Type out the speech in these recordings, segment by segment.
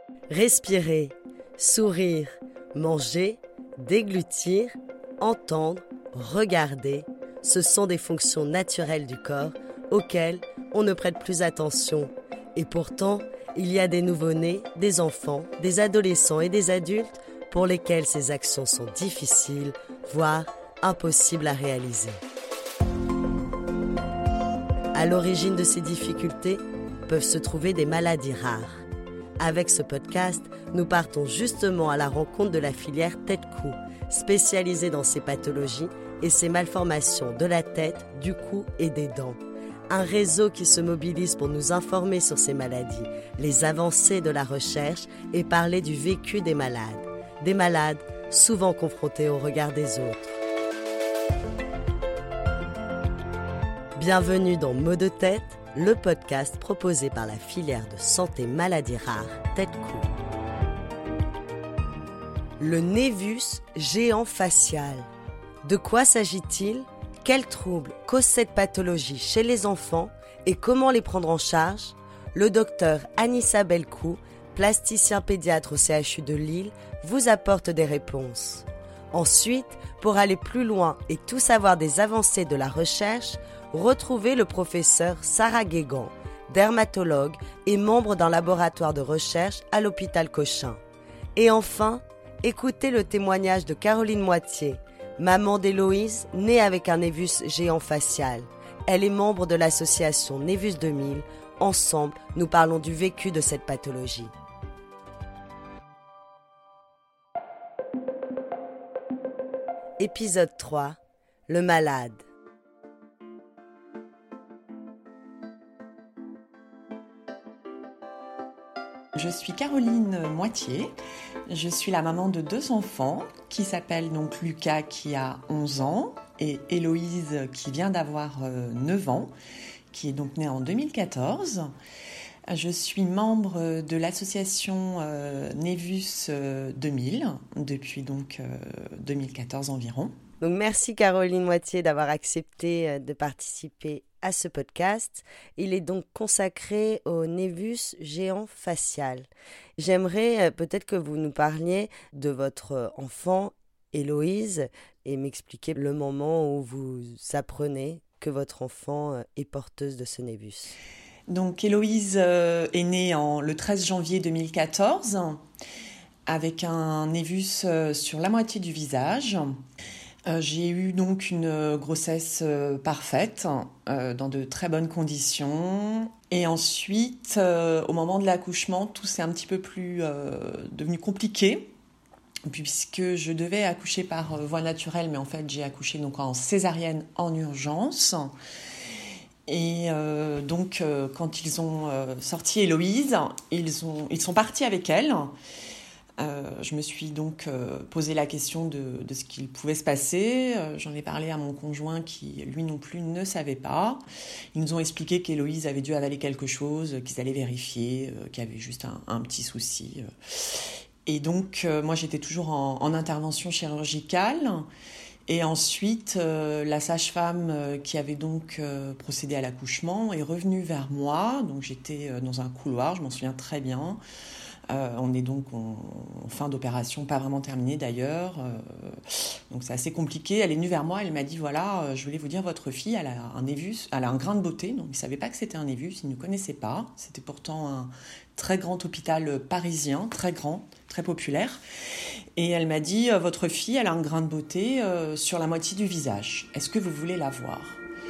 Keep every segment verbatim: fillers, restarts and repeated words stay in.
Respirer, sourire, manger, déglutir, entendre, regarder, ce sont des fonctions naturelles du corps auxquelles on ne prête plus attention. Et pourtant, il y a des nouveau-nés, des enfants, des adolescents et des adultes pour lesquels ces actions sont difficiles, voire impossibles à réaliser. À l'origine de ces difficultés peuvent se trouver des maladies rares. Avec ce podcast, nous partons justement à la rencontre de la filière tête-cou, spécialisée dans ces pathologies et ces malformations de la tête, du cou et des dents. Un réseau qui se mobilise pour nous informer sur ces maladies, les avancées de la recherche et parler du vécu des malades. Des malades souvent confrontés au regard des autres. Bienvenue dans Mots de tête, le podcast proposé par la filière de santé maladies rares tête-cou. Le névus géant facial. De quoi s'agit-il ? Quels troubles causent cette pathologie chez les enfants et comment les prendre en charge ? Le docteur Anissa Belcou, plasticien pédiatre au C H U de Lille, vous apporte des réponses. Ensuite, pour aller plus loin et tout savoir des avancées de la recherche, retrouvez le professeur Sarah Guégan, dermatologue et membre d'un laboratoire de recherche à l'hôpital Cochin. Et enfin, écoutez le témoignage de Caroline Moitié, maman d'Héloïse, née avec un névus géant facial. Elle est membre de l'association Névus deux mille. Ensemble, nous parlons du vécu de cette pathologie. Épisode trois. Le malade. Je suis Caroline Moitié, je suis la maman de deux enfants qui s'appellent donc Lucas qui a onze ans et Héloïse qui vient d'avoir neuf ans, qui est donc née en deux mille quatorze. Je suis membre de l'association euh, Névus deux mille depuis donc euh, deux mille quatorze environ. Donc merci Caroline Moitié d'avoir accepté de participer à ce podcast. Il est donc consacré au névus géant facial. J'aimerais peut-être que vous nous parliez de votre enfant Héloïse et m'expliquer le moment où vous apprenez que votre enfant est porteuse de ce névus. Donc Héloïse euh, est née en, le treize janvier deux mille quatorze avec un névus euh, sur la moitié du visage. Euh, j'ai eu donc une grossesse euh, parfaite, euh, dans de très bonnes conditions. Et ensuite, euh, au moment de l'accouchement, tout s'est un petit peu plus euh, devenu compliqué, puisque je devais accoucher par euh, voie naturelle, mais en fait, j'ai accouché donc en césarienne en urgence. Et euh, donc, euh, quand ils ont euh, sorti Héloïse, ils, ont, ils sont partis avec elle. Euh, je me suis donc euh, posé la question de, de ce qu'il pouvait se passer. Euh, j'en ai parlé à mon conjoint qui, lui non plus, ne savait pas. Ils nous ont expliqué qu'Héloïse avait dû avaler quelque chose, qu'ils allaient vérifier, euh, qu'il y avait juste un, un petit souci. Et donc, euh, moi, j'étais toujours en, en intervention chirurgicale. Et ensuite, euh, la sage-femme euh, qui avait donc euh, procédé à l'accouchement est revenue vers moi. Donc, j'étais euh, dans un couloir, je m'en souviens très bien. Euh, on est donc en, en fin d'opération, pas vraiment terminée d'ailleurs. Euh, donc c'est assez compliqué. Elle est venue vers moi, elle m'a dit voilà, euh, je voulais vous dire, votre fille, elle a un névus, elle a un grain de beauté. Donc ils ne savaient pas que c'était un névus, ils ne connaissaient pas. C'était pourtant un très grand hôpital parisien, très grand, très populaire. Et elle m'a dit votre fille, elle a un grain de beauté euh, sur la moitié du visage. Est-ce que vous voulez la voir ?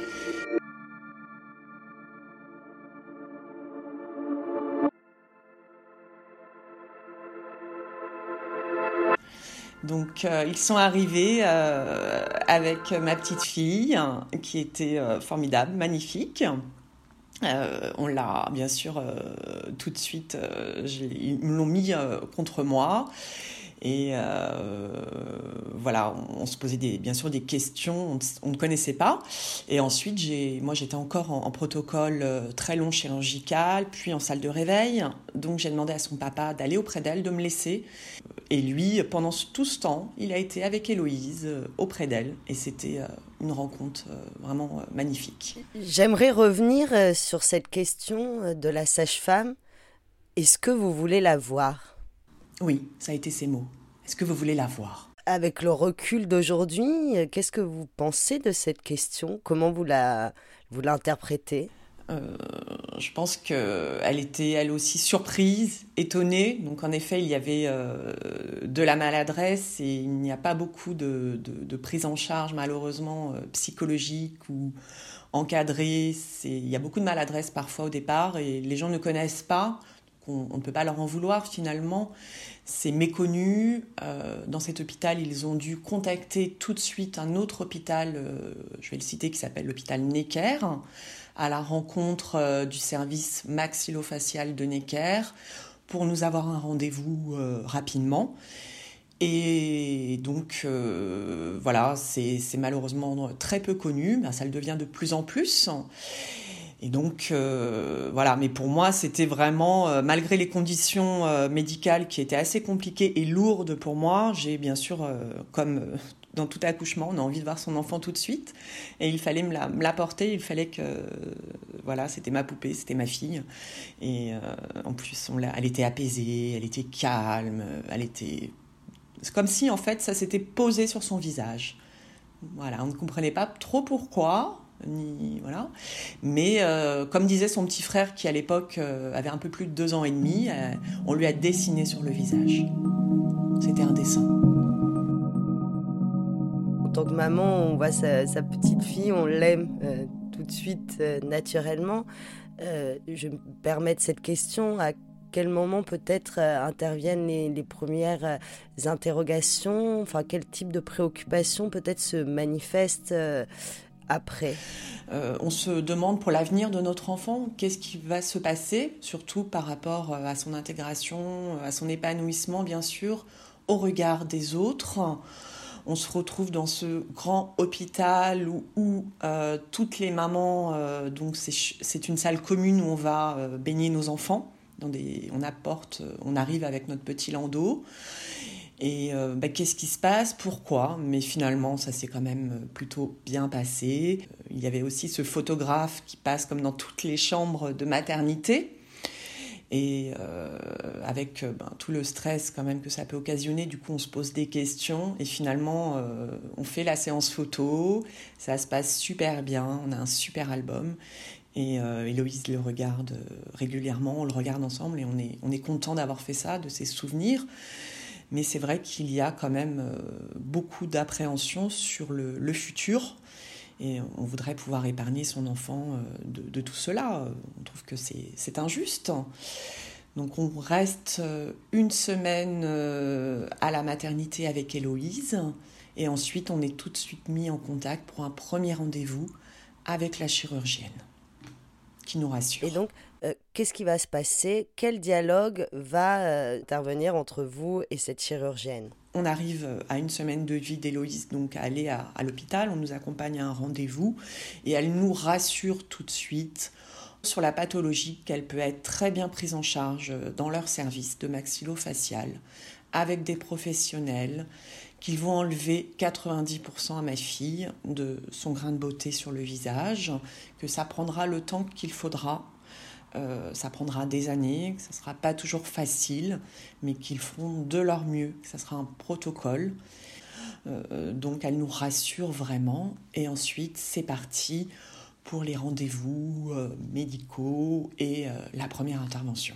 Donc euh, ils sont arrivés euh, avec ma petite fille hein, qui était euh, formidable, magnifique. Euh, on l'a bien sûr euh, tout de suite, euh, j'ai, ils me l'ont mis euh, contre moi. Et euh, voilà, on, on se posait des, bien sûr des questions, on, on ne connaissait pas. Et ensuite, j'ai, moi j'étais encore en, en protocole euh, très long chirurgical, puis en salle de réveil. Donc j'ai demandé à son papa d'aller auprès d'elle, de me laisser. Et lui, pendant tout ce temps, il a été avec Héloïse euh, auprès d'elle. Et c'était euh, une rencontre euh, vraiment euh, magnifique. J'aimerais revenir euh, sur cette question de la sage-femme. Est-ce que vous voulez la voir ? Oui, ça a été ces mots. Est-ce que vous voulez la voir ? Avec le recul d'aujourd'hui, qu'est-ce que vous pensez de cette question ? Comment vous la, vous l'interprétez ? Euh, je pense qu'elle était elle aussi surprise, étonnée. Donc en effet, il y avait euh, de la maladresse et il n'y a pas beaucoup de, de, de prise en charge malheureusement euh, psychologique ou encadrée. C'est, il y a beaucoup de maladresse parfois au départ et les gens ne connaissent pas. On, on ne peut pas leur en vouloir finalement. C'est méconnu. Euh, dans cet hôpital, ils ont dû contacter tout de suite un autre hôpital, euh, je vais le citer, qui s'appelle l'hôpital Necker, à la rencontre euh, du service maxillofacial de Necker pour nous avoir un rendez-vous euh, rapidement. Et donc, euh, voilà, c'est, c'est malheureusement très peu connu, mais ça le devient de plus en plus. Et donc, euh, voilà, mais pour moi, c'était vraiment, euh, malgré les conditions euh, médicales qui étaient assez compliquées et lourdes pour moi, j'ai bien sûr, euh, comme euh, dans tout accouchement, on a envie de voir son enfant tout de suite, et il fallait me, la, me l'apporter, il fallait que, euh, voilà, c'était ma poupée, c'était ma fille, et euh, en plus, on l'a, elle était apaisée, elle était calme, elle était... C'est comme si, en fait, ça s'était posé sur son visage. Voilà, on ne comprenait pas trop pourquoi... Ni, voilà. Mais euh, comme disait son petit frère qui à l'époque euh, avait un peu plus de deux ans et demi, euh, on lui a dessiné sur le visage. C'était un dessin. En tant que maman, on voit sa, sa petite fille, on l'aime euh, tout de suite euh, naturellement. Euh, je me permets de cette question, à quel moment peut-être euh, interviennent les, les premières euh, interrogations, enfin quel type de préoccupation peut-être se manifeste euh, après. Euh, on se demande pour l'avenir de notre enfant, qu'est-ce qui va se passer, surtout par rapport à son intégration, à son épanouissement, bien sûr, au regard des autres. On se retrouve dans ce grand hôpital où, où euh, toutes les mamans, euh, donc c'est, c'est une salle commune où on va euh, baigner nos enfants. Dans des, on apporte, on arrive avec notre petit landau. Et euh, bah, qu'est-ce qui se passe ? Pourquoi ? Mais finalement, ça s'est quand même plutôt bien passé. Il y avait aussi ce photographe qui passe comme dans toutes les chambres de maternité. Et euh, avec ben, tout le stress quand même que ça peut occasionner, du coup on se pose des questions. Et finalement, euh, on fait la séance photo. Ça se passe super bien. On a un super album. Et euh, Héloïse le regarde régulièrement. On le regarde ensemble et on est, on est content d'avoir fait ça, de ses souvenirs. Mais c'est vrai qu'il y a quand même euh, beaucoup d'appréhension sur le, le futur et on voudrait pouvoir épargner son enfant euh, de, de tout cela. On trouve que c'est, c'est injuste. Donc on reste une semaine euh, à la maternité avec Héloïse et ensuite on est tout de suite mis en contact pour un premier rendez-vous avec la chirurgienne qui nous rassure. Et donc, euh, qu'est-ce qui va se passer ? Quel dialogue va euh, intervenir entre vous et cette chirurgienne ? On arrive à une semaine de vie d'Héloïse, donc à aller à, à l'hôpital, on nous accompagne à un rendez-vous et elle nous rassure tout de suite sur la pathologie, qu'elle peut être très bien prise en charge dans leur service de maxillofacial avec des professionnels qu'ils vont enlever quatre-vingt-dix pour cent à ma fille de son grain de beauté sur le visage, que ça prendra le temps qu'il faudra. Euh, ça prendra des années, que ça ne sera pas toujours facile, mais qu'ils feront de leur mieux, que ça sera un protocole. Euh, donc elle nous rassure vraiment. Et ensuite, c'est parti pour les rendez-vous euh, médicaux et euh, la première intervention.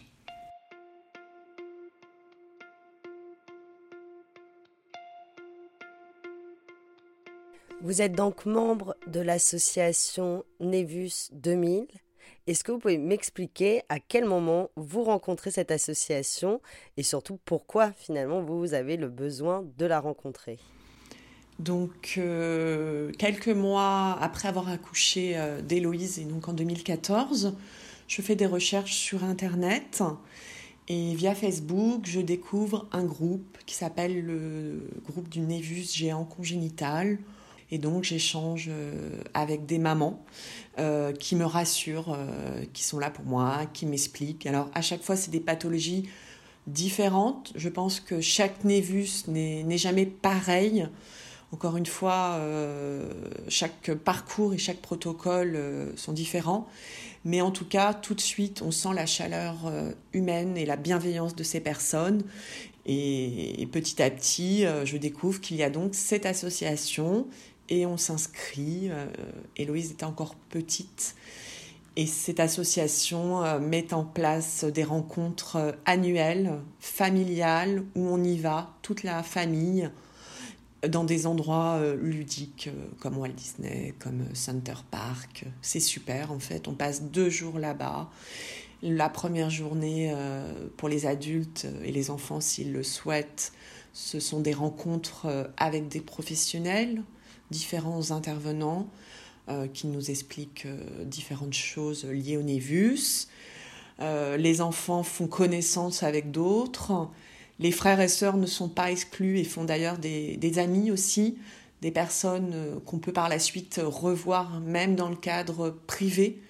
Vous êtes donc membre de l'association Nevus deux mille. Est-ce que vous pouvez m'expliquer à quel moment vous rencontrez cette association et surtout pourquoi finalement vous avez le besoin de la rencontrer ? Donc, euh, quelques mois après avoir accouché euh, d'Héloïse, et donc en deux mille quatorze, je fais des recherches sur Internet et via Facebook, je découvre un groupe qui s'appelle le groupe du Nevus géant congénital. Et donc, j'échange avec des mamans euh, qui me rassurent, euh, qui sont là pour moi, qui m'expliquent. Alors, à chaque fois, c'est des pathologies différentes. Je pense que chaque Nevus n'est, n'est jamais pareil. Encore une fois, euh, chaque parcours et chaque protocole euh, sont différents. Mais en tout cas, tout de suite, on sent la chaleur euh, humaine et la bienveillance de ces personnes. Et, et petit à petit, euh, je découvre qu'il y a donc cette association et on s'inscrit. Euh, Héloïse était encore petite. Et cette association euh, met en place des rencontres euh, annuelles, familiales, où on y va, toute la famille, dans des endroits euh, ludiques euh, comme Walt Disney, comme Center Park. C'est super en fait, on passe deux jours là-bas. La première journée euh, pour les adultes et les enfants s'ils le souhaitent, ce sont des rencontres euh, avec des professionnels, différents intervenants euh, qui nous expliquent euh, différentes choses liées au névus. Euh, les enfants font connaissance avec d'autres. Les frères et sœurs ne sont pas exclus et font d'ailleurs des, des amis aussi, des personnes euh, qu'on peut par la suite revoir même dans le cadre privé.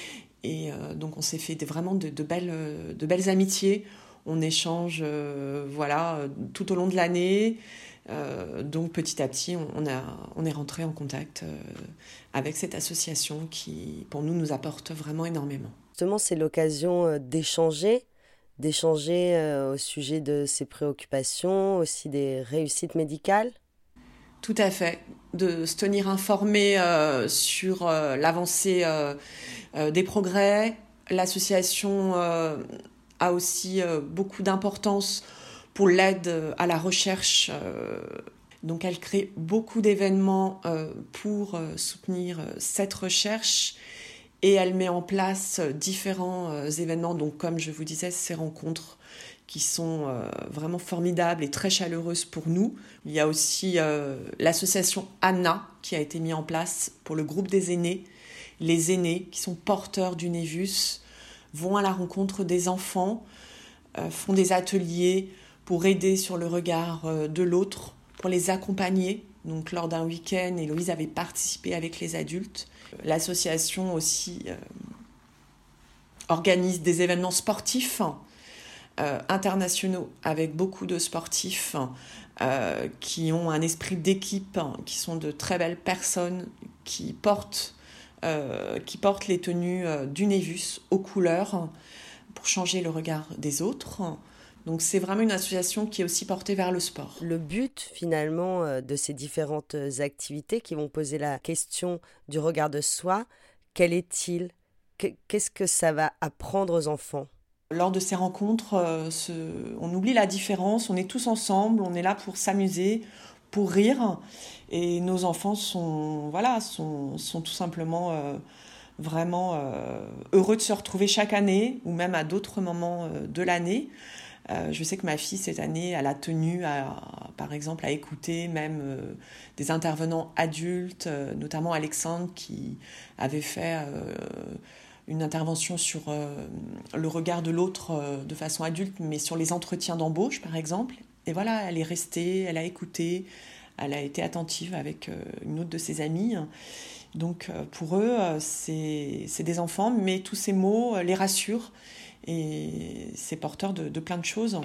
Et euh, donc on s'est fait des, vraiment de, de, belles, de belles amitiés. On échange euh, voilà, tout au long de l'année. Euh, donc petit à petit, on, on, a, on est rentré en contact euh, avec cette association qui, pour nous, nous apporte vraiment énormément. Justement, c'est l'occasion euh, d'échanger, d'échanger euh, au sujet de ses préoccupations, aussi des réussites médicales. Tout à fait, de se tenir informé euh, sur euh, l'avancée euh, euh, des progrès. L'association euh, a aussi euh, beaucoup d'importance pour l'aide à la recherche. Euh, donc elle crée beaucoup d'événements euh, pour euh, soutenir euh, cette recherche et elle met en place différents euh, événements, donc comme je vous disais, ces rencontres qui sont euh, vraiment formidables et très chaleureuses pour nous. Il y a aussi euh, l'association Anna qui a été mise en place pour le groupe des aînés. Les aînés qui sont porteurs du névus vont à la rencontre des enfants, euh, font des ateliers pour aider sur le regard euh, de l'autre, pour les accompagner. Donc lors d'un week-end, Héloïse avait participé avec les adultes. L'association aussi euh, organise des événements sportifs Euh, internationaux avec beaucoup de sportifs euh, qui ont un esprit d'équipe, qui sont de très belles personnes, qui portent, euh, qui portent les tenues euh, du névus aux couleurs pour changer le regard des autres. Donc c'est vraiment une association qui est aussi portée vers le sport. Le but finalement euh, de ces différentes activités qui vont poser la question du regard de soi, quel est-il ? Qu'est-ce que ça va apprendre aux enfants ? Lors de ces rencontres, euh, ce... on oublie la différence, on est tous ensemble, on est là pour s'amuser, pour rire. Et nos enfants sont, voilà, sont, sont tout simplement euh, vraiment euh, heureux de se retrouver chaque année ou même à d'autres moments euh, de l'année. Euh, je sais que ma fille, cette année, elle a tenu, à, par exemple, à écouter même euh, des intervenants adultes, euh, notamment Alexandre qui avait fait... Euh, une intervention sur euh, le regard de l'autre euh, de façon adulte, mais sur les entretiens d'embauche, par exemple. Et voilà, elle est restée, elle a écouté, elle a été attentive avec euh, une autre de ses amies. Donc, euh, pour eux, euh, c'est, c'est des enfants, mais tous ces mots euh, les rassurent et c'est porteur de, de plein de choses.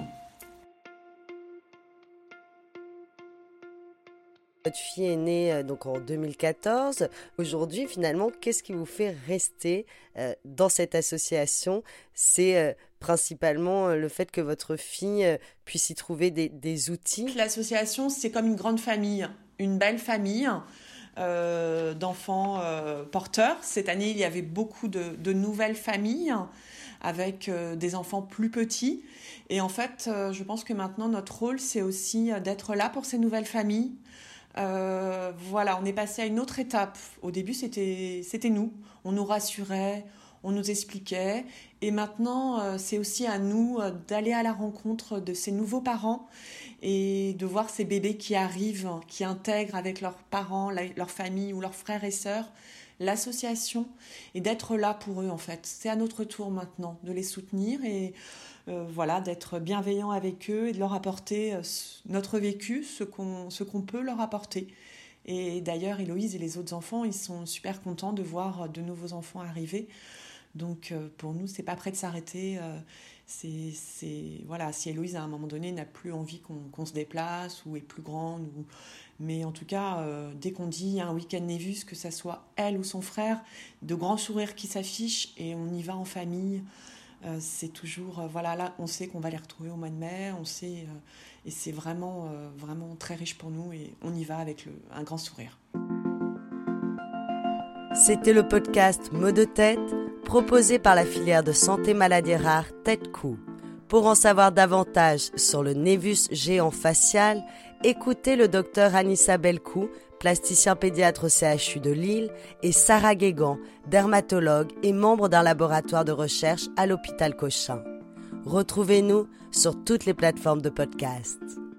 Votre fille est née euh, donc en deux mille quatorze. Aujourd'hui, finalement, qu'est-ce qui vous fait rester euh, dans cette association ? C'est euh, principalement euh, le fait que votre fille euh, puisse y trouver des, des outils. L'association, c'est comme une grande famille, une belle famille euh, d'enfants euh, porteurs. Cette année, il y avait beaucoup de, de nouvelles familles avec euh, des enfants plus petits. Et en fait, euh, je pense que maintenant, notre rôle, c'est aussi d'être là pour ces nouvelles familles. Euh, voilà, on est passé à une autre étape. Au début, c'était, c'était nous. On nous rassurait, on nous expliquait. Et maintenant, euh, c'est aussi à nous euh, d'aller à la rencontre de ces nouveaux parents et de voir ces bébés qui arrivent, qui intègrent avec leurs parents, la, leur famille ou leurs frères et sœurs l'association et d'être là pour eux en fait. C'est à notre tour maintenant de les soutenir et euh, voilà, d'être bienveillant avec eux et de leur apporter euh, notre vécu, ce qu'on, ce qu'on peut leur apporter. Et d'ailleurs, Héloïse et les autres enfants, ils sont super contents de voir de nouveaux enfants arriver. Donc euh, pour nous, c'est pas prêt de s'arrêter. Euh, C'est, c'est, voilà, si Héloïse, à un moment donné, n'a plus envie qu'on, qu'on se déplace ou est plus grande, ou... mais en tout cas, euh, dès qu'on dit un week-end Névus, que ça soit elle ou son frère, de grands sourires qui s'affichent et on y va en famille. Euh, c'est toujours, euh, voilà, là, on sait qu'on va les retrouver au mois de mai, on sait, euh, et c'est vraiment, euh, vraiment très riche pour nous et on y va avec le, un grand sourire. C'était le podcast Mots de tête, proposé par la filière de santé maladies rares Tête-Cou. Pour en savoir davantage sur le névus géant facial, écoutez le docteur Anissa Belcou, plasticien pédiatre au C H U de Lille, et Sarah Guégan, dermatologue et membre d'un laboratoire de recherche à l'hôpital Cochin. Retrouvez-nous sur toutes les plateformes de podcast.